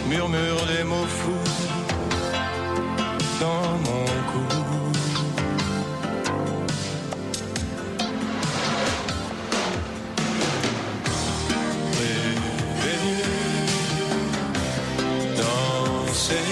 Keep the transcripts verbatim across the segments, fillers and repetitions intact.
murmure des mots fous dans mon cou. Rêver, danser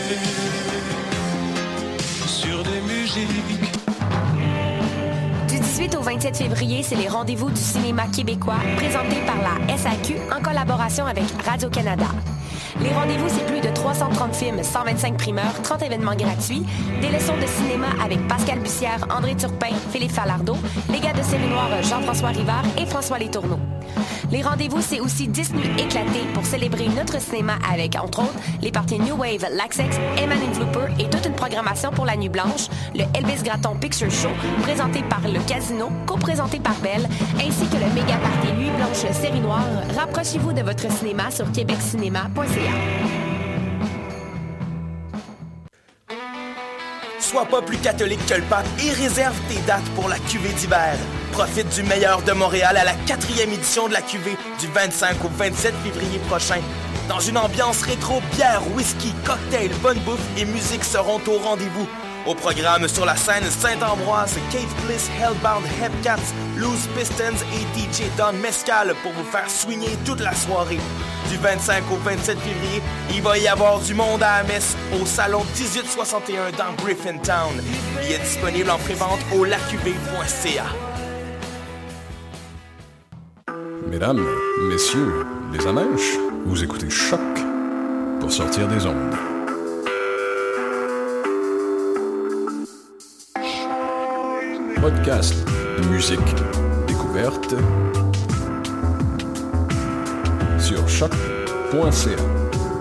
sur des musiques. Du dix-huit au vingt-sept février, c'est les rendez-vous du cinéma québécois présentés par la S A Q en collaboration avec Radio-Canada. Les rendez-vous, c'est plus de trois cent trente films, cent vingt-cinq primeurs, trente événements gratuits, des leçons de cinéma avec Pascal Bussière, André Turpin, Philippe Falardeau, les gars de Série Noire Jean-François Rivard et François Letourneau. Les rendez-vous, c'est aussi dix nuits éclatées pour célébrer notre cinéma avec, entre autres, les parties New Wave, Laxex, Eman and Flooper et toute une programmation pour la Nuit Blanche, le Elvis Gratton Picture Show, présenté par le Casino, co-présenté par Belle, ainsi que le méga party Nuit Blanche Série Noire. Rapprochez-vous de votre cinéma sur québec cinéma point c a. Sois pas plus catholique que le pape et réserve tes dates pour la cuvée d'hiver. Profite du meilleur de Montréal à la quatrième édition de la cuvée du vingt-cinq au vingt-sept février prochain. Dans une ambiance rétro, bière, whisky, cocktail, bonne bouffe et musique seront au rendez-vous. Au programme sur la scène Saint-Ambroise, Kate Bliss, Hellbound, Hepcats, Loose Pistons et D J Don Mescal pour vous faire swinger toute la soirée. Du vingt-cinq au vingt-sept février, il va y avoir du monde à la messe au salon dix-huit soixante et un dans Griffintown. Il est disponible en prévente au lacuvée point c a. Mesdames, messieurs, les amèches, vous écoutez Choc pour sortir des ondes. Podcast, musique, découverte sur choc point c a.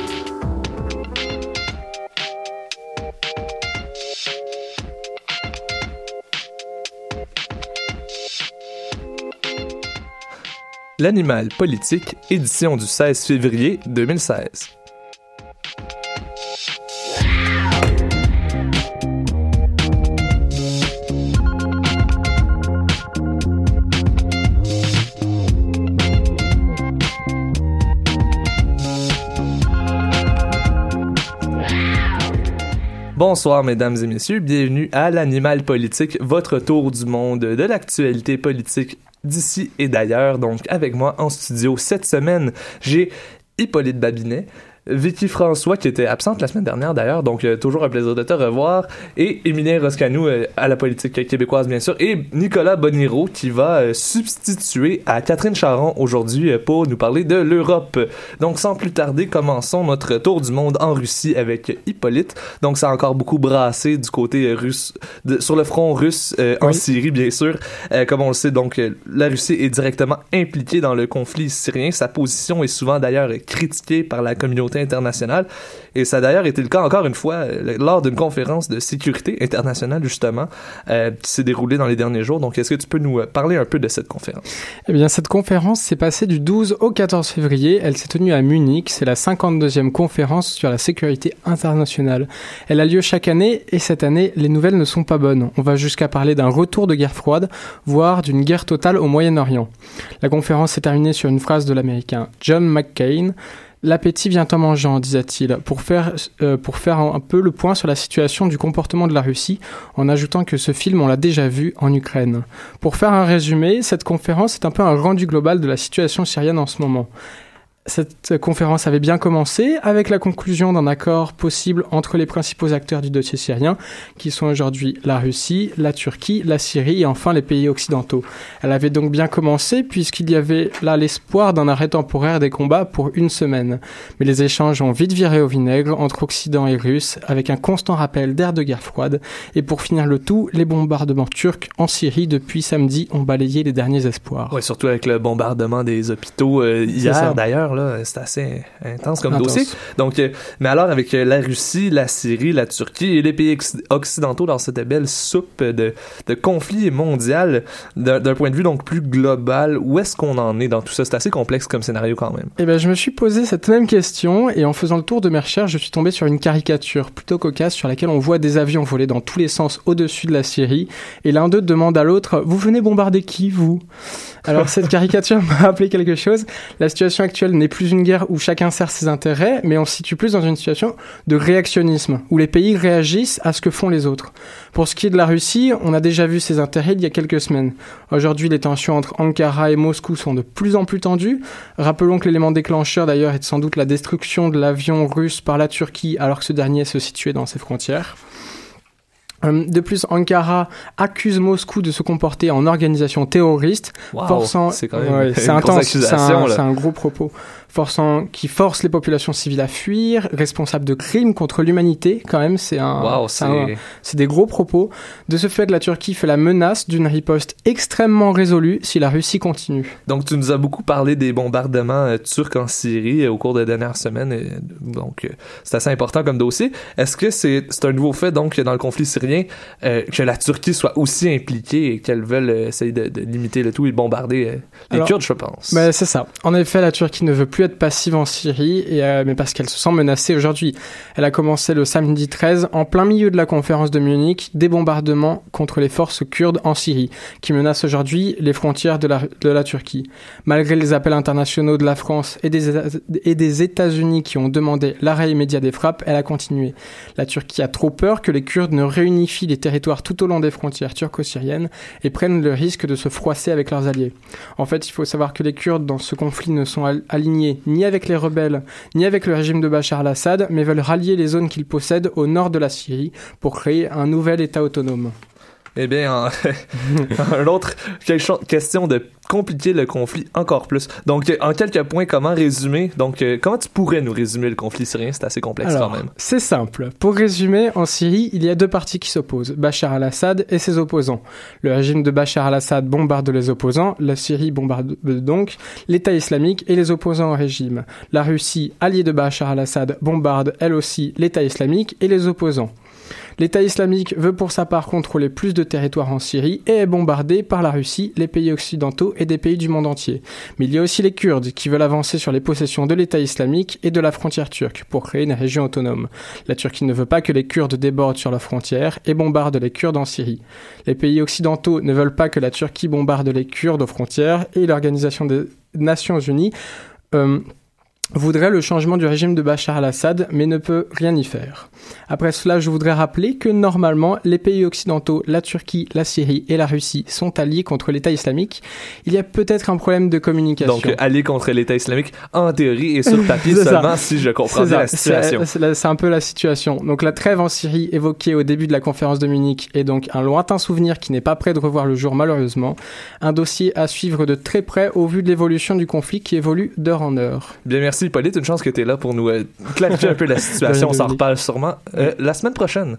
L'Animal politique, édition du seize février deux mille seize. Bonsoir mesdames et messieurs, bienvenue à l'Animal politique, votre tour du monde de l'actualité politique d'ici et d'ailleurs. Donc avec moi en studio cette semaine, j'ai Hippolyte Babinet, Vicky François qui était absente la semaine dernière d'ailleurs, donc euh, toujours un plaisir de te revoir, et Émilien Roscanou euh, à la politique québécoise bien sûr, et Nicolas Boniro qui va euh, substituer à Catherine Charon aujourd'hui euh, pour nous parler de l'Europe. Donc sans plus tarder, commençons notre tour du monde en Russie avec Hippolyte. Donc ça a encore beaucoup brassé du côté euh, russe, de, sur le front russe euh, en oui. Syrie bien sûr. Euh, comme on le sait, donc euh, la Russie est directement impliquée dans le conflit syrien. Sa position est souvent d'ailleurs critiquée par la communauté internationale, et ça a d'ailleurs été le cas encore une fois euh, lors d'une conférence de sécurité internationale justement euh, qui s'est déroulée dans les derniers jours. Donc est-ce que tu peux nous parler un peu de cette conférence? Eh bien cette conférence s'est passée du douze au quatorze février, elle s'est tenue à Munich, c'est la cinquante-deuxième conférence sur la sécurité internationale. Elle a lieu chaque année, et cette année les nouvelles ne sont pas bonnes. On va jusqu'à parler d'un retour de guerre froide, voire d'une guerre totale au Moyen-Orient. La conférence s'est terminée sur une phrase de l'américain John McCain. L'appétit vient en mangeant, disait-il, pour faire, euh, pour faire un peu le point sur la situation du comportement de la Russie, en ajoutant que ce film, on l'a déjà vu en Ukraine. Pour faire un résumé, cette conférence est un peu un rendu global de la situation syrienne en ce moment. Cette conférence avait bien commencé avec la conclusion d'un accord possible entre les principaux acteurs du dossier syrien, qui sont aujourd'hui la Russie, la Turquie, la Syrie et enfin les pays occidentaux. Elle avait donc bien commencé puisqu'il y avait là l'espoir d'un arrêt temporaire des combats pour une semaine. Mais les échanges ont vite viré au vinaigre entre Occident et Russes, avec un constant rappel d'ère de guerre froide. Et pour finir le tout, les bombardements turcs en Syrie depuis samedi ont balayé les derniers espoirs. Oui, surtout avec le bombardement des hôpitaux euh, hier d'ailleurs. Là, c'est assez intense comme intense. dossier. Donc, euh, mais alors, avec euh, la Russie, la Syrie, la Turquie et les pays ex- occidentaux dans cette belle soupe de, de conflit mondial, d'un, d'un point de vue donc plus global, où est-ce qu'on en est dans tout ça? C'est assez complexe comme scénario quand même. Eh bien, je me suis posé cette même question, et en faisant le tour de mes recherches, je suis tombé sur une caricature plutôt cocasse sur laquelle on voit des avions voler dans tous les sens au-dessus de la Syrie, et l'un d'eux demande à l'autre « Vous venez bombarder qui, vous ?» Alors, cette caricature m'a rappelé quelque chose. La situation actuelle n'est plus une guerre où chacun sert ses intérêts, mais on se situe plus dans une situation de réactionnisme, où les pays réagissent à ce que font les autres. Pour ce qui est de la Russie, on a déjà vu ses intérêts il y a quelques semaines. Aujourd'hui, les tensions entre Ankara et Moscou sont de plus en plus tendues. Rappelons que l'élément déclencheur d'ailleurs est sans doute la destruction de l'avion russe par la Turquie alors que ce dernier se situait dans ses frontières. De plus, Ankara accuse Moscou de se comporter en organisation terroriste, wow, forçant, c'est quand même ouais, une c'est grosse intense, accusation, c'est un, là. c'est un gros propos, forçant, qui force les populations civiles à fuir, responsable de crimes contre l'humanité, quand même, c'est un, wow, c'est, c'est... un c'est des gros propos. De ce fait, la Turquie fait la menace d'une riposte extrêmement résolue si la Russie continue. Donc, tu nous as beaucoup parlé des bombardements euh, turcs en Syrie euh, au cours des dernières semaines, et, donc euh, c'est assez important comme dossier. Est-ce que c'est, c'est un nouveau fait, donc, dans le conflit syrien, Euh, que la Turquie soit aussi impliquée et qu'elle veuille euh, essayer de, de limiter le tout et de bombarder euh, les Alors, Kurdes, je pense. Ben, c'est ça. En effet, la Turquie ne veut plus être passive en Syrie, et, euh, mais parce qu'elle se sent menacée aujourd'hui. Elle a commencé le samedi treize, en plein milieu de la conférence de Munich, des bombardements contre les forces kurdes en Syrie, qui menacent aujourd'hui les frontières de la, de la Turquie. Malgré les appels internationaux de la France et des, et des États-Unis qui ont demandé l'arrêt immédiat des frappes, elle a continué. La Turquie a trop peur que les Kurdes ne réunifient les territoires tout au long des frontières turco-syriennes et prennent le risque de se froisser avec leurs alliés. En fait, il faut savoir que les Kurdes dans ce conflit ne sont alignés ni avec les rebelles, ni avec le régime de Bachar al-Assad, mais veulent rallier les zones qu'ils possèdent au nord de la Syrie pour créer un nouvel État autonome. Eh bien, en... un autre question de compliquer le conflit encore plus. Donc, en quelques points, comment résumer? Donc, euh, comment tu pourrais nous résumer le conflit syrien? C'est assez complexe. Alors, quand même. C'est simple. Pour résumer, en Syrie, il y a deux partis qui s'opposent, Bachar al-Assad et ses opposants. Le régime de Bachar al-Assad bombarde les opposants, la Syrie bombarde donc l'État islamique et les opposants au régime. La Russie, alliée de Bachar al-Assad, bombarde elle aussi l'État islamique et les opposants. L'État islamique veut pour sa part contrôler plus de territoires en Syrie et est bombardé par la Russie, les pays occidentaux et des pays du monde entier. Mais il y a aussi les Kurdes qui veulent avancer sur les possessions de l'État islamique et de la frontière turque pour créer une région autonome. La Turquie ne veut pas que les Kurdes débordent sur leurs frontières et bombardent les Kurdes en Syrie. Les pays occidentaux ne veulent pas que la Turquie bombarde les Kurdes aux frontières et l'Organisation des Nations Unies euh, voudrait le changement du régime de Bachar al-Assad, mais ne peut rien y faire. Après cela, je voudrais rappeler que normalement, les pays occidentaux, la Turquie, la Syrie et la Russie sont alliés contre l'État islamique. Il y a peut-être un problème de communication. Donc, alliés contre l'État islamique, en théorie et sur papier c'est seulement, ça. si je comprends bien la situation. C'est, c'est, c'est un peu la situation. Donc, la trêve en Syrie évoquée au début de la conférence de Munich est donc un lointain souvenir qui n'est pas prêt de revoir le jour, malheureusement. Un dossier à suivre de très près au vu de l'évolution du conflit qui évolue d'heure en heure. Bien, merci, Paulette. Une chance que tu es là pour nous euh, clarifier un peu la situation. On s'en reparle sûrement euh, la semaine prochaine.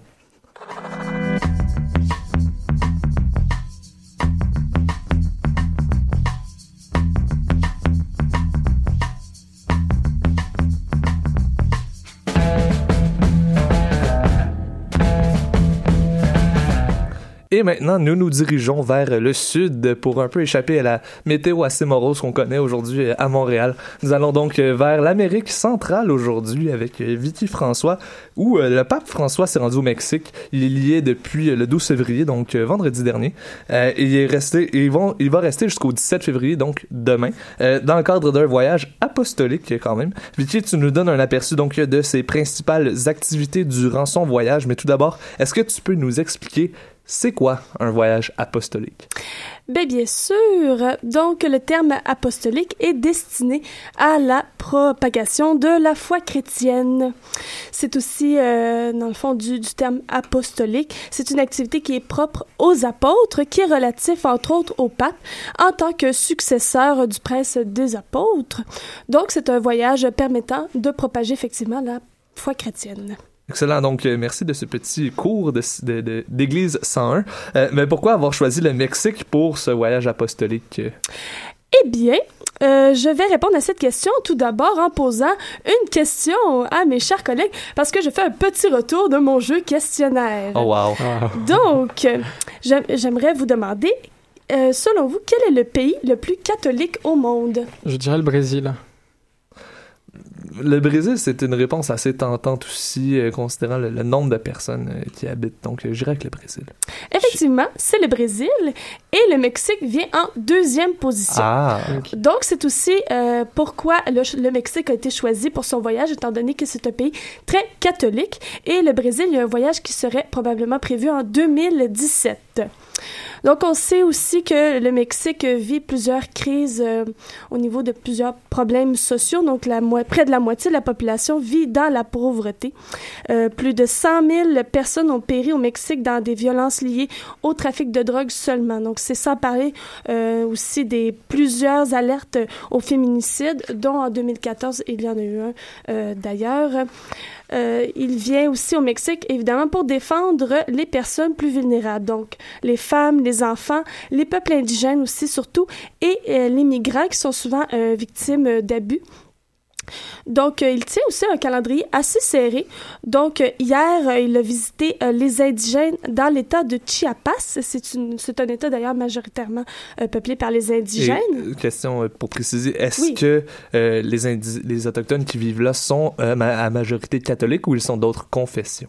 Et maintenant, nous nous dirigeons vers le sud pour un peu échapper à la météo assez morose qu'on connaît aujourd'hui à Montréal. Nous allons donc vers l'Amérique centrale aujourd'hui avec Vicky François, où le pape François s'est rendu au Mexique. Il y est depuis le douze février, donc vendredi dernier. Euh, il est resté, ils vont, il va rester jusqu'au dix-sept février, donc demain, euh, dans le cadre d'un voyage apostolique quand même. Vicky, tu nous donnes un aperçu donc de ses principales activités durant son voyage, mais tout d'abord, est-ce que tu peux nous expliquer c'est quoi un voyage apostolique? Bien, bien sûr. Donc, le terme apostolique est destiné à la propagation de la foi chrétienne. C'est aussi, euh, dans le fond, du, du terme apostolique. C'est une activité qui est propre aux apôtres, qui est relatif, entre autres, au pape, en tant que successeur du prince des apôtres. Donc, c'est un voyage permettant de propager effectivement la foi chrétienne. Excellent, donc euh, merci de ce petit cours de, de, de, d'Église cent un. Euh, mais pourquoi avoir choisi le Mexique pour ce voyage apostolique? Eh bien, euh, je vais répondre à cette question tout d'abord en posant une question à mes chers collègues parce que je fais un petit retour de mon jeu questionnaire. Oh wow! Donc, j'aimerais vous demander, euh, selon vous, quel est le pays le plus catholique au monde? Je dirais le Brésil. Le Brésil, c'est une réponse assez tentante aussi, euh, considérant le, le nombre de personnes euh, qui habitent. Donc, euh, j'irai avec le Brésil. Effectivement, c'est le Brésil. Et le Mexique vient en deuxième position. Ah. Donc, c'est aussi euh, pourquoi le, le Mexique a été choisi pour son voyage, étant donné que c'est un pays très catholique. Et le Brésil, il y a un voyage qui serait probablement prévu en deux mille dix-sept. Donc, on sait aussi que le Mexique vit plusieurs crises euh, au niveau de plusieurs problèmes sociaux. Donc, la mo- près de la moitié de la population vit dans la pauvreté. Euh, plus de cent mille personnes ont péri au Mexique dans des violences liées au trafic de drogue seulement. Donc, c'est sans parler euh, aussi des plusieurs alertes au féminicide, dont en deux mille quatorze, il y en a eu un euh, d'ailleurs. Euh, il vient aussi au Mexique, évidemment, pour défendre les personnes plus vulnérables. Donc, les femmes, les enfants, les peuples indigènes aussi, surtout, et euh, les migrants qui sont souvent euh, victimes d'abus. Donc, euh, il tient aussi un calendrier assez serré. Donc, euh, hier, euh, il a visité euh, les indigènes dans l'État de Chiapas. C'est, une, c'est un État, d'ailleurs, majoritairement euh, peuplé par les indigènes. Et, question euh, pour préciser, est-ce oui. que euh, les, indi- les Autochtones qui vivent là sont euh, ma- à majorité catholique ou ils sont d'autres confessions?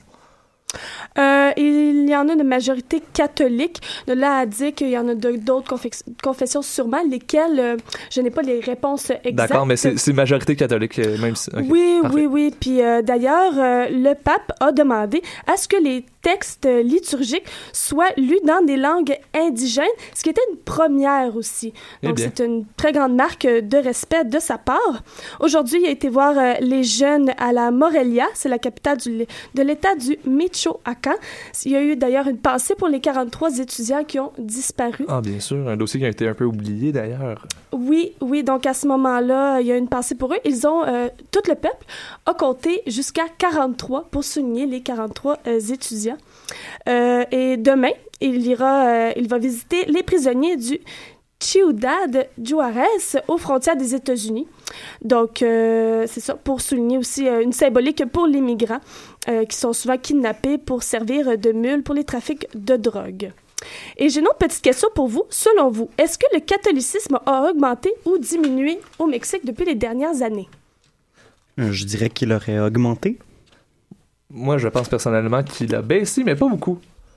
Euh, il y en a de majorité catholique. De là à dire qu'il y en a de, d'autres confes- confessions sûrement, lesquelles euh, je n'ai pas les réponses exactes. D'accord, mais c'est, c'est majorité catholique, euh, même si... Okay, oui, parfait. oui, oui. Puis euh, d'ailleurs, euh, le pape a demandé à ce que les textes liturgiques soient lus dans des langues indigènes, ce qui était une première aussi. Donc, eh c'est une très grande marque de respect de sa part. Aujourd'hui, il a été voir euh, les jeunes à la Morelia, c'est la capitale du, de l'État du Michoacán. Il y a eu d'ailleurs une pensée pour les quarante-trois étudiants qui ont disparu. Ah, bien sûr, un dossier qui a été un peu oublié d'ailleurs. Oui, oui, donc à ce moment-là, il y a une pensée pour eux. Ils ont, euh, tout le peuple a compté jusqu'à quarante-trois pour souligner les quarante-trois euh, étudiants. Euh, et demain, il ira, euh, il va visiter les prisonniers du Ciudad Juárez aux frontières des États-Unis. Donc, euh, c'est ça, pour souligner aussi euh, une symbolique pour les migrants euh, qui sont souvent kidnappés pour servir de mules pour les trafics de drogue. Et j'ai une autre petite question pour vous. Selon vous, est-ce que le catholicisme a augmenté ou diminué au Mexique depuis les dernières années? Je dirais qu'il aurait augmenté. Moi, je pense personnellement qu'il a baissé, mais pas beaucoup.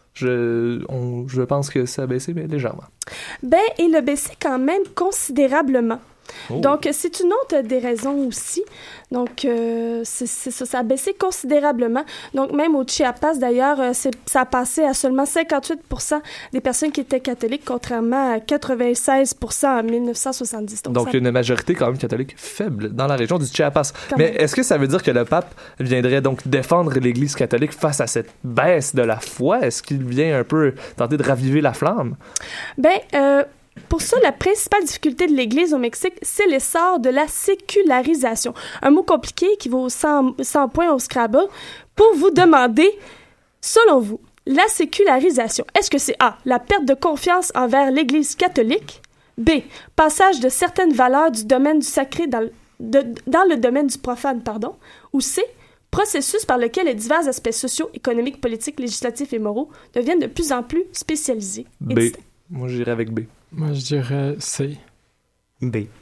Je, on, je pense que ça a baissé, mais légèrement. Ben, il a baissé quand même considérablement. Oh. Donc, c'est une autre des raisons aussi. Donc, euh, c'est, c'est ça, ça a baissé considérablement. Donc, même au Chiapas, d'ailleurs, euh, c'est, ça a passé à seulement cinquante-huit pour cent des personnes qui étaient catholiques, contrairement à quatre-vingt-seize pour cent en dix-neuf cent soixante-dix. Donc, Donc ça... une majorité quand même catholique faible dans la région du Chiapas. Quand Mais même. est-ce que ça veut dire que le pape viendrait donc défendre l'Église catholique face à cette baisse de la foi? Est-ce qu'il vient un peu tenter de raviver la flamme? Ben, euh, pour ça, la principale difficulté de l'Église au Mexique, c'est l'essor de la sécularisation. Un mot compliqué qui vaut cent, cent points au Scrabble. Pour vous demander, selon vous, la sécularisation, est-ce que c'est A, la perte de confiance envers l'Église catholique? B, passage de certaines valeurs du domaine du sacré dans le, de, dans le domaine du profane, pardon? Ou C, processus par lequel les divers aspects sociaux, économiques, politiques, législatifs et moraux deviennent de plus en plus spécialisés et B. distincts? Moi, j'irais avec B. Moi, je dirais C. B. Et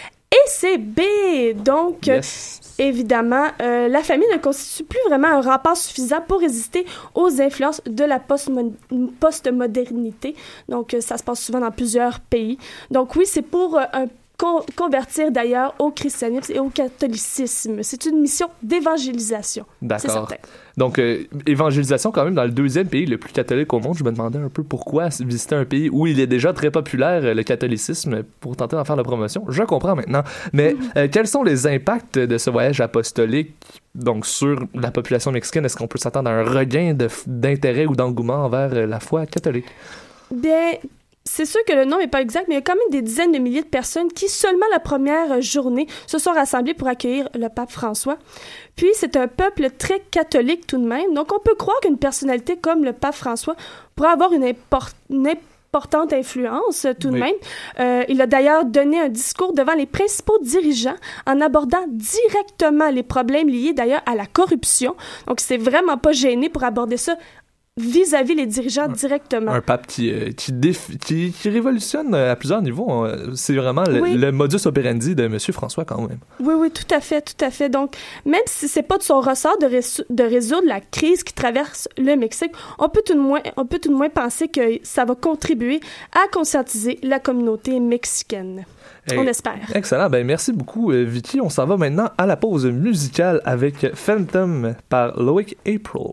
c'est B. Donc, Yes. euh, évidemment, euh, la famille ne constitue plus vraiment un rempart suffisant pour résister aux influences de la postmo- postmodernité. Donc, euh, ça se passe souvent dans plusieurs pays. Donc, oui, c'est pour euh, un Con- convertir d'ailleurs au christianisme et au catholicisme. C'est une mission d'évangélisation. C'est D'accord. certain. Donc, euh, évangélisation quand même dans le deuxième pays le plus catholique au monde. Je me demandais un peu pourquoi visiter un pays où il est déjà très populaire, euh, le catholicisme, pour tenter d'en faire la promotion. Je comprends maintenant. Mais Mm-hmm. euh, quels sont les impacts de ce voyage apostolique donc sur la population mexicaine? Est-ce qu'on peut s'attendre à un regain de, d'intérêt ou d'engouement envers euh, la foi catholique? Bien, c'est sûr que le nombre n'est pas exact, mais il y a quand même des dizaines de milliers de personnes qui, seulement la première journée, se sont rassemblées pour accueillir le pape François. Puis, c'est un peuple très catholique tout de même, donc on peut croire qu'une personnalité comme le pape François pourrait avoir une, import- une importante influence tout de Oui. même. Euh, il a d'ailleurs donné un discours devant les principaux dirigeants en abordant directement les problèmes liés d'ailleurs à la corruption. Donc, il s'est vraiment pas gêné pour aborder ça vis-à-vis les dirigeants directement. Un pape qui, euh, qui, défi- qui, qui révolutionne à plusieurs niveaux. C'est vraiment le, oui. le modus operandi de M. François quand même. Oui, oui, tout à fait, tout à fait. Donc, même si c'est pas de son ressort de, rés- de résoudre la crise qui traverse le Mexique, on peut tout de moins, on peut tout de moins penser que ça va contribuer à conscientiser la communauté mexicaine. Hey, on espère. Excellent. Ben, merci beaucoup, euh, Vicky. On s'en va maintenant à la pause musicale avec Phantom par Loic April.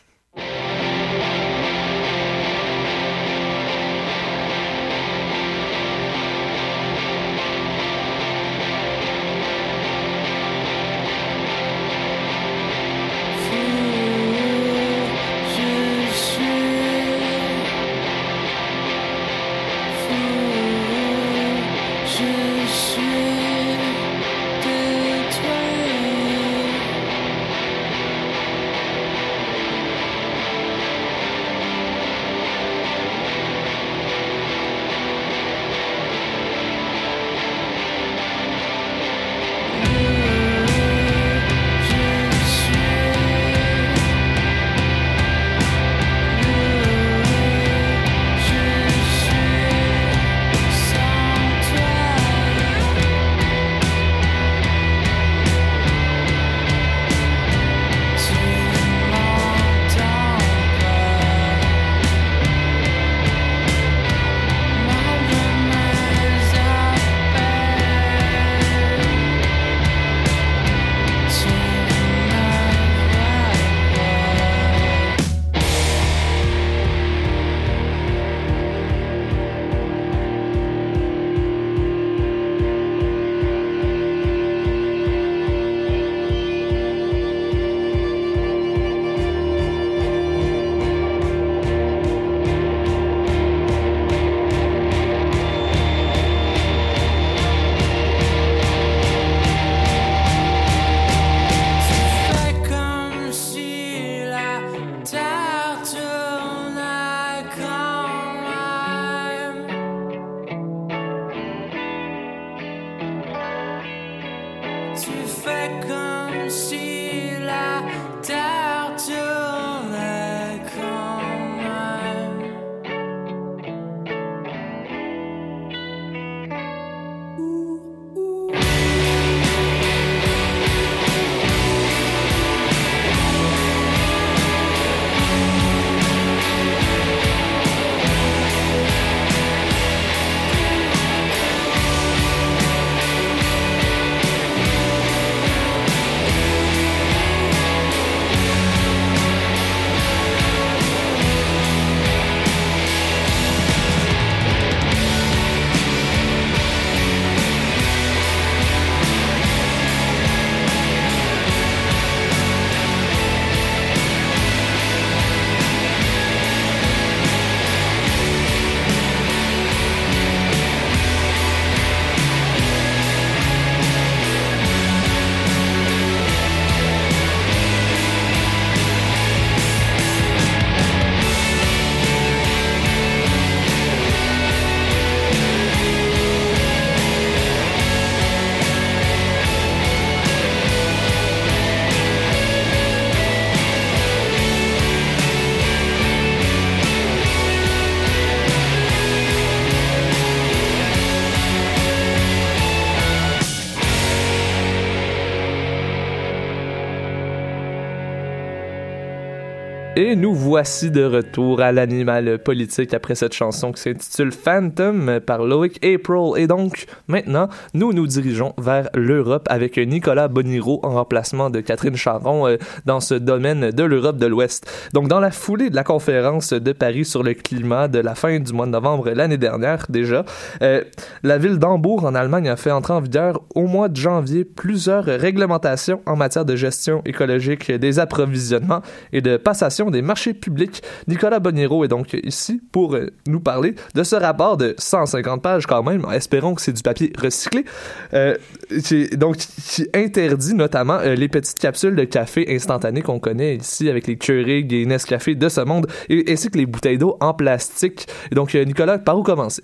Et nous voici de retour à l'animal politique après cette chanson qui s'intitule Phantom par Loic April. Et donc, maintenant, nous nous dirigeons vers l'Europe avec Nicolas Boniro en remplacement de Catherine Charron euh, dans ce domaine de l'Europe de l'Ouest. Donc, dans la foulée de la conférence de Paris sur le climat de la fin du mois de novembre l'année dernière déjà, euh, la ville d'Hambourg en Allemagne a fait entrer en vigueur au mois de janvier plusieurs réglementations en matière de gestion écologique des approvisionnements et de passation des marchés publics. Nicolas Boniro est donc ici pour euh, nous parler de ce rapport de cent cinquante pages quand même, espérons que c'est du papier recyclé, euh, qui, donc qui interdit notamment euh, les petites capsules de café instantané qu'on connaît ici avec les Keurig et Nescafé de ce monde, et, ainsi que les bouteilles d'eau en plastique. Et donc euh, Nicolas, par où commencer?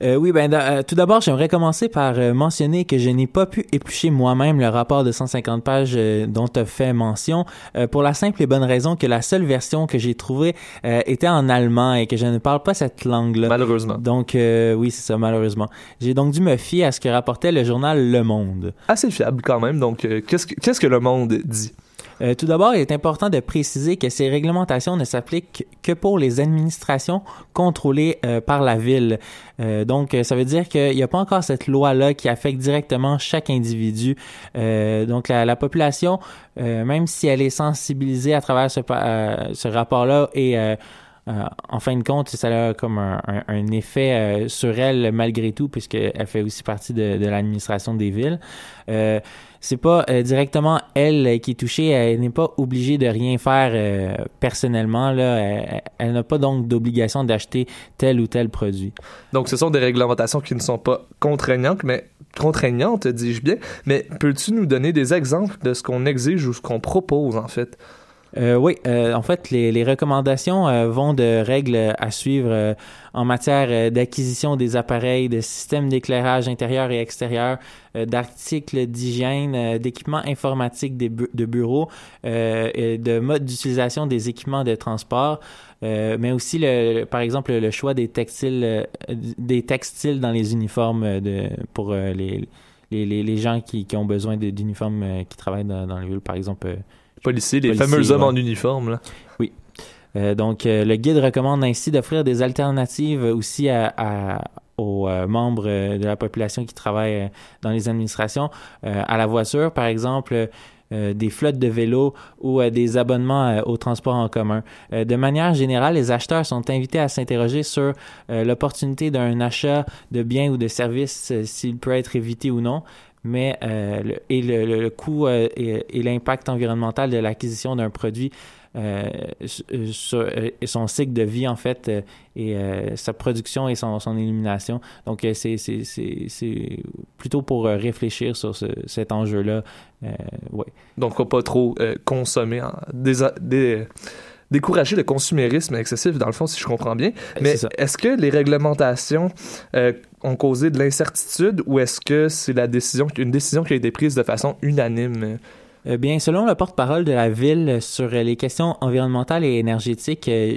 Euh, oui, ben euh, tout d'abord, j'aimerais commencer par euh, mentionner que je n'ai pas pu éplucher moi-même le rapport de cent cinquante pages euh, dont tu as fait mention, euh, pour la simple et bonne raison que la seule version que j'ai trouvée euh, était en allemand et que je ne parle pas cette langue-là. Malheureusement. Donc, euh, oui, c'est ça, malheureusement. J'ai donc dû me fier à ce que rapportait le journal Le Monde. Assez fiable quand même, donc euh, qu'est-ce que, qu'est-ce que Le Monde dit? Euh, tout d'abord, il est important de préciser que ces réglementations ne s'appliquent que pour les administrations contrôlées euh, par la ville. Euh, donc, ça veut dire qu'il n'y a pas encore cette loi-là qui affecte directement chaque individu. Euh, donc, la, la population, euh, même si elle est sensibilisée à travers ce, euh, ce rapport-là et euh, Euh, en fin de compte, ça a comme un, un, un effet euh, sur elle malgré tout, puisqu'elle fait aussi partie de, de l'administration des villes. Euh, c'est pas euh, directement elle qui est touchée, elle n'est pas obligée de rien faire euh, personnellement. Là, elle, elle n'a pas donc d'obligation d'acheter tel ou tel produit. Donc, ce sont des réglementations qui ne sont pas contraignantes, mais contraignantes, dis-je bien. Mais peux-tu nous donner des exemples de ce qu'on exige ou ce qu'on propose, en fait? Euh, oui, euh, en fait, les, les recommandations euh, vont de règles à suivre euh, en matière euh, d'acquisition des appareils, de systèmes d'éclairage intérieur et extérieur, euh, d'articles d'hygiène, euh, d'équipements informatiques des bu- de bureaux, euh, et de mode d'utilisation des équipements de transport, euh, mais aussi, le, par exemple, le choix des textiles, euh, des textiles dans les uniformes de, pour euh, les, les, les, les gens qui, qui ont besoin de, d'uniformes euh, qui travaillent dans, dans les villes, par exemple. Euh, Policiers, les Policiers, fameux hommes ouais. en uniforme, là. Oui. Euh, donc, euh, le guide recommande ainsi d'offrir des alternatives aussi à, à, aux euh, membres euh, de la population qui travaillent euh, dans les administrations, euh, à la voiture, par exemple, euh, des flottes de vélos ou euh, des abonnements euh, au transport en commun. Euh, de manière générale, les acheteurs sont invités à s'interroger sur euh, l'opportunité d'un achat de biens ou de services, euh, s'il peut être évité ou non, mais euh, le, et le, le, le coût euh, et, et l'impact environnemental de l'acquisition d'un produit, euh, sur, euh, son cycle de vie en fait, euh, et euh, sa production et son, son élimination. Donc euh, c'est, c'est, c'est, c'est plutôt pour euh, réfléchir sur ce, cet enjeu-là. Euh, ouais. Donc on va pas trop euh, consommer, en, des, des, décourager le consumérisme excessif, dans le fond, si je comprends bien. Mais est-ce que les réglementations euh, ont causé de l'incertitude ou est-ce que c'est la décision, une décision qui a été prise de façon unanime? Euh, bien, selon le porte-parole de la ville sur les questions environnementales et énergétiques, euh,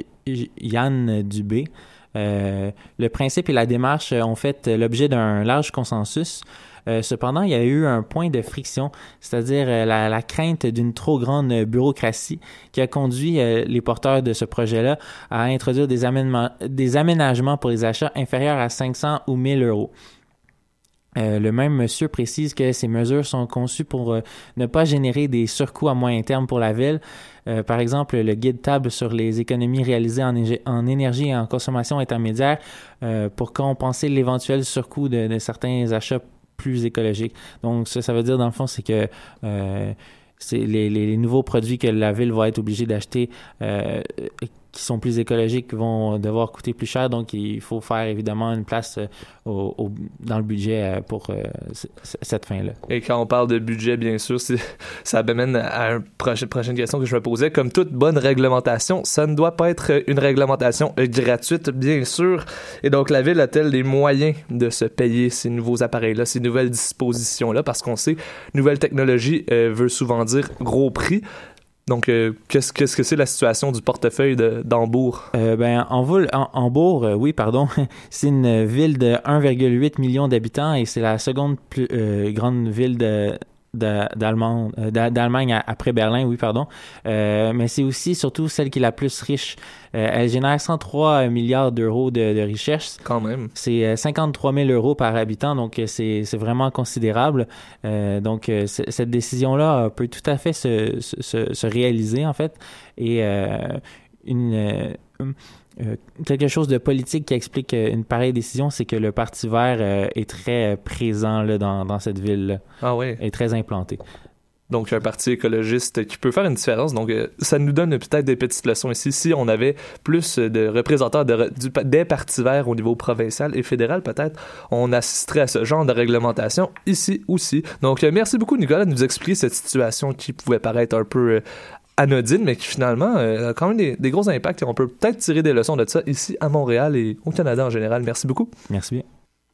Yann Dubé, euh, le principe et la démarche ont fait l'objet d'un large consensus. Euh, cependant, il y a eu un point de friction, c'est-à-dire euh, la, la crainte d'une trop grande bureaucratie qui a conduit euh, les porteurs de ce projet-là à introduire des, aménagements, des aménagements pour les achats inférieurs à cinq cents ou mille euros. Euh, le même monsieur précise que ces mesures sont conçues pour euh, ne pas générer des surcoûts à moyen terme pour la ville. Euh, par exemple, le guide table sur les économies réalisées en, ég- en énergie et en consommation intermédiaire euh, pour compenser l'éventuel surcoût de, de certains achats plus écologiques. Donc, ça, ça veut dire, dans le fond, c'est que euh, c'est les, les, les nouveaux produits que la ville va être obligée d'acheter euh, qui sont plus écologiques vont devoir coûter plus cher. Donc, il faut faire évidemment une place euh, au, au, dans le budget euh, pour euh, c- cette fin-là. Et quand on parle de budget, bien sûr, c'est, ça m'amène à une prochaine, prochaine question que je me posais. Comme toute bonne réglementation, ça ne doit pas être une réglementation gratuite, bien sûr. Et donc, la ville a-t-elle les moyens de se payer ces nouveaux appareils-là, ces nouvelles dispositions-là? Parce qu'on sait, nouvelle technologie euh, veut souvent dire gros prix. Donc, euh, qu'est-ce, qu'est-ce que c'est la situation du portefeuille de, d'Hambourg? Euh, ben, en, en, Hambourg, euh, oui, pardon, c'est une ville de un virgule huit million d'habitants et c'est la seconde plus euh, grande ville de, de, d'Allemagne, euh, d'Allemagne après Berlin, oui, pardon. Euh, mais c'est aussi, surtout, celle qui est la plus riche. Euh, elle génère cent trois milliards d'euros de, de richesse. Quand même. C'est cinquante-trois mille euros par habitant, donc c'est, c'est vraiment considérable. Euh, donc, c- cette décision-là peut tout à fait se, se, se réaliser, en fait. Et euh, une... Euh, Euh, quelque chose de politique qui explique une pareille décision, c'est que le Parti vert euh, est très présent là, dans, dans cette ville-là. Ah oui. Est très implanté. Donc, un parti écologiste qui peut faire une différence. Donc, euh, ça nous donne peut-être des petites leçons ici. Si on avait plus de représentants de, du, des partis verts au niveau provincial et fédéral, peut-être, on assisterait à ce genre de réglementation ici aussi. Donc, euh, merci beaucoup, Nicolas, de nous expliquer cette situation qui pouvait paraître un peu... Euh, anodine, mais qui finalement euh, a quand même des, des gros impacts et on peut peut-être tirer des leçons de ça ici à Montréal et au Canada en général. Merci beaucoup. Merci bien.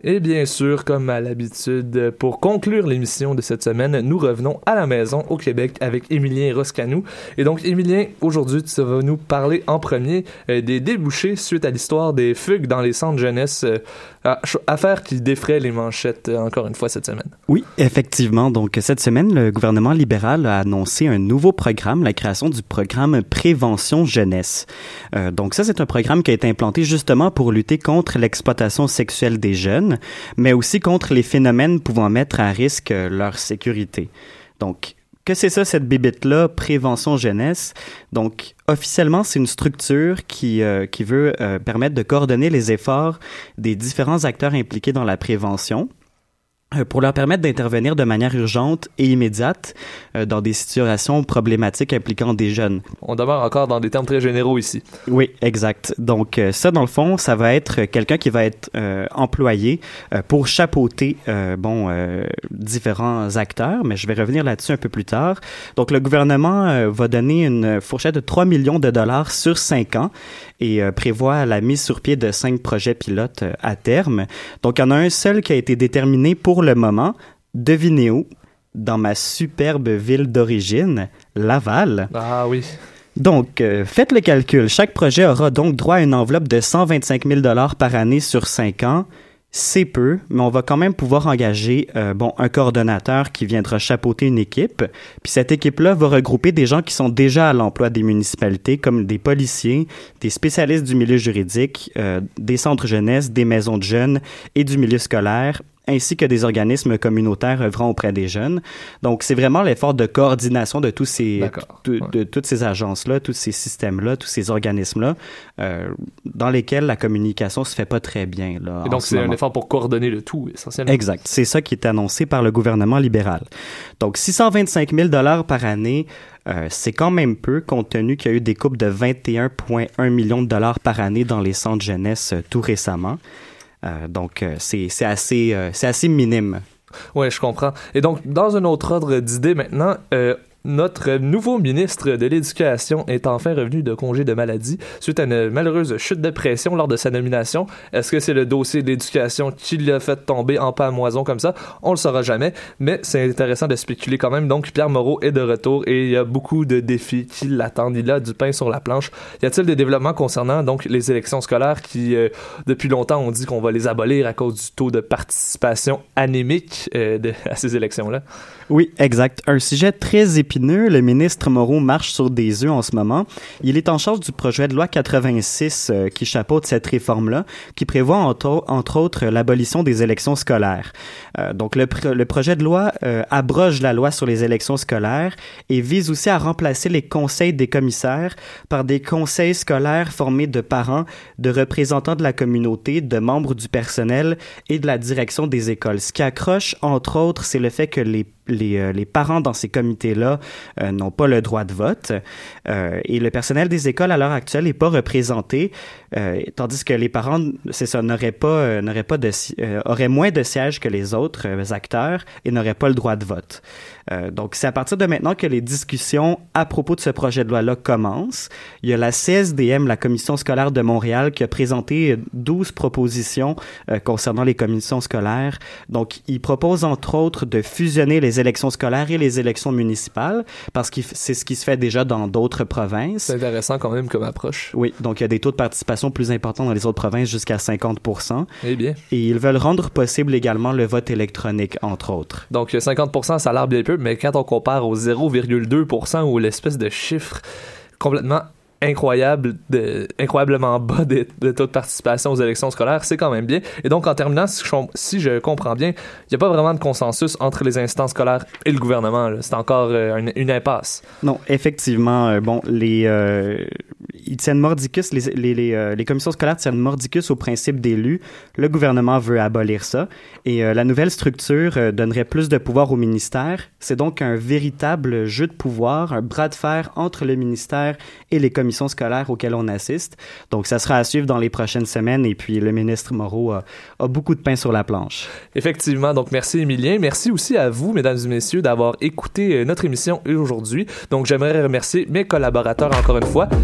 Et bien sûr, comme à l'habitude, pour conclure l'émission de cette semaine, nous revenons à la maison au Québec avec Émilien Roscanou. Et donc, Émilien, aujourd'hui, tu vas nous parler en premier euh, des débouchés suite à l'histoire des fugues dans les centres jeunesse, euh, affaire qui défraie les manchettes euh, encore une fois cette semaine. Oui, effectivement. Donc, cette semaine, le gouvernement libéral a annoncé un nouveau programme, la création du programme Prévention Jeunesse. Euh, donc, ça, c'est un programme qui a été implanté justement pour lutter contre l'exploitation sexuelle des jeunes, mais aussi contre les phénomènes pouvant mettre à risque euh, leur sécurité. Donc, que c'est ça, cette bébête-là, Prévention Jeunesse? Donc, officiellement, c'est une structure qui, euh, qui veut euh, permettre de coordonner les efforts des différents acteurs impliqués dans la prévention pour leur permettre d'intervenir de manière urgente et immédiate euh, dans des situations problématiques impliquant des jeunes. On demeure encore dans des termes très généraux ici. Oui, exact. Donc euh, ça, dans le fond, ça va être quelqu'un qui va être euh, employé euh, pour chapeauter euh, bon euh, différents acteurs, mais je vais revenir là-dessus un peu plus tard. Donc le gouvernement euh, va donner une fourchette de trois millions de dollars sur cinq ans et euh, prévoit la mise sur pied de cinq projets pilotes euh, à terme. Donc il y en a un seul qui a été déterminé pour le moment. Devinez où? Dans ma superbe ville d'origine, Laval. Ah oui. Donc, euh, faites le calcul. Chaque projet aura donc droit à une enveloppe de cent vingt-cinq mille dollars par année sur cinq ans. C'est peu, mais on va quand même pouvoir engager euh, bon un coordonnateur qui viendra chapeauter une équipe. Puis cette équipe-là va regrouper des gens qui sont déjà à l'emploi des municipalités, comme des policiers, des spécialistes du milieu juridique, euh, des centres jeunesse, des maisons de jeunes et du milieu scolaire, ainsi que des organismes communautaires œuvrant auprès des jeunes. Donc, c'est vraiment l'effort de coordination de tous ces, de, ouais. de, de toutes ces agences-là, tous ces systèmes-là, tous ces organismes-là, euh, dans lesquels la communication se fait pas très bien, là. Et donc, c'est un effort pour coordonner le tout, essentiellement. Exact. C'est ça qui est annoncé par le gouvernement libéral. Donc, six cent vingt-cinq mille dollars par année, euh, c'est quand même peu, compte tenu qu'il y a eu des coupes de vingt et un virgule un millions de dollars par année dans les centres jeunesse euh, tout récemment. Euh, donc, euh, c'est, c'est, assez, euh, c'est assez minime. Oui, je comprends. Et donc, dans un autre ordre d'idées maintenant, euh, notre nouveau ministre de l'Éducation est enfin revenu de congé de maladie suite à une malheureuse chute de pression lors de sa nomination. Est-ce que c'est le dossier de l'éducation qui l'a fait tomber en pamoison comme ça? On le saura jamais, mais c'est intéressant de spéculer quand même. Donc, Pierre Moreau est de retour et il y a beaucoup de défis qui l'attendent. Il a du pain sur la planche. Y a-t-il des développements concernant donc les élections scolaires qui, euh, depuis longtemps, on dit qu'on va les abolir à cause du taux de participation anémique euh, de, à ces élections-là? Oui, exact. Un sujet très épineux. Le ministre Moreau marche sur des œufs en ce moment. Il est en charge du projet de loi quatre-vingt-six euh, qui chapeaute cette réforme-là, qui prévoit entre, entre autres l'abolition des élections scolaires. Euh, donc, le, le projet de loi euh, abroge la loi sur les élections scolaires et vise aussi à remplacer les conseils des commissaires par des conseils scolaires formés de parents, de représentants de la communauté, de membres du personnel et de la direction des écoles. Ce qui accroche, entre autres, c'est le fait que les Les, euh, les parents dans ces comités-là euh, n'ont pas le droit de vote euh, et le personnel des écoles à l'heure actuelle n'est pas représenté, euh, tandis que les parents, c'est ça, n'auraient pas, euh, n'auraient pas de, euh, auraient moins de sièges que les autres euh, acteurs et n'auraient pas le droit de vote. Euh, donc, c'est à partir de maintenant que les discussions à propos de ce projet de loi-là commencent. Il y a la C S D M, la Commission scolaire de Montréal, qui a présenté douze propositions euh, concernant les commissions scolaires. Donc, il propose entre autres de fusionner les élections scolaires et les élections municipales, parce que c'est ce qui se fait déjà dans d'autres provinces. C'est intéressant quand même comme approche. Oui, donc il y a des taux de participation plus importants dans les autres provinces, jusqu'à cinquante pour cent. Eh bien. Et ils veulent rendre possible également le vote électronique, entre autres. Donc cinquante pour cent, ça a l'air bien peu, mais quand on compare au zéro virgule deux pour cent ou l'espèce de chiffre complètement incroyable, de, incroyablement bas de, de taux de participation aux élections scolaires, c'est quand même bien. Et donc, en terminant, si je, si je comprends bien, il n'y a pas vraiment de consensus entre les instances scolaires et le gouvernement, là. C'est encore euh, une, une impasse. Non, effectivement, euh, bon, les... Euh, ils tiennent mordicus, les, les, les, euh, les commissions scolaires tiennent mordicus au principe d'élu. Le gouvernement veut abolir ça. Et euh, la nouvelle structure euh, donnerait plus de pouvoir au ministère. C'est donc un véritable jeu de pouvoir, un bras de fer entre le ministère et les commissions scolaires auxquelles on assiste. Donc, ça sera à suivre dans les prochaines semaines. Et puis, le ministre Moreau a, a beaucoup de pain sur la planche. Effectivement. Donc, merci, Émilien. Merci aussi à vous, mesdames et messieurs, d'avoir écouté notre émission aujourd'hui. Donc, j'aimerais remercier mes collaborateurs encore une fois. Hippolyte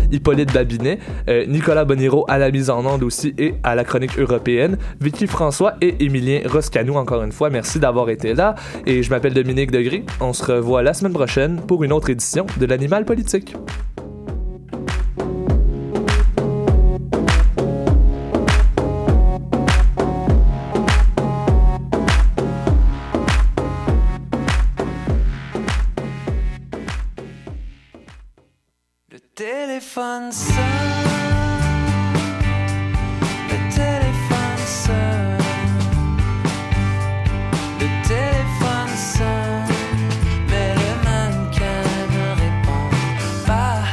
Philippe Babinet, euh, Nicolas Boniro à la mise en onde aussi et à la chronique européenne, Vicky François et Émilien Roscanou, encore une fois, merci d'avoir été là. Et je m'appelle Dominique Degré. On se revoit la semaine prochaine pour une autre édition de l'Animal Politique. Le téléphone sonne.